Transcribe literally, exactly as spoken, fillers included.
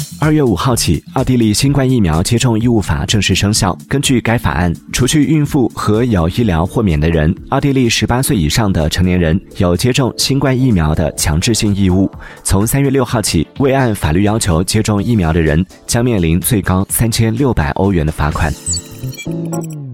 二月五号起，奥地利新冠疫苗接种义务法正式生效。根据该法案，除去孕妇和有医疗豁免的人，奥地利十八岁以上的成年人有接种新冠疫苗的强制性义务。从三月六号起，未按法律要求接种疫苗的人将面临最高三千六百欧元的罚款。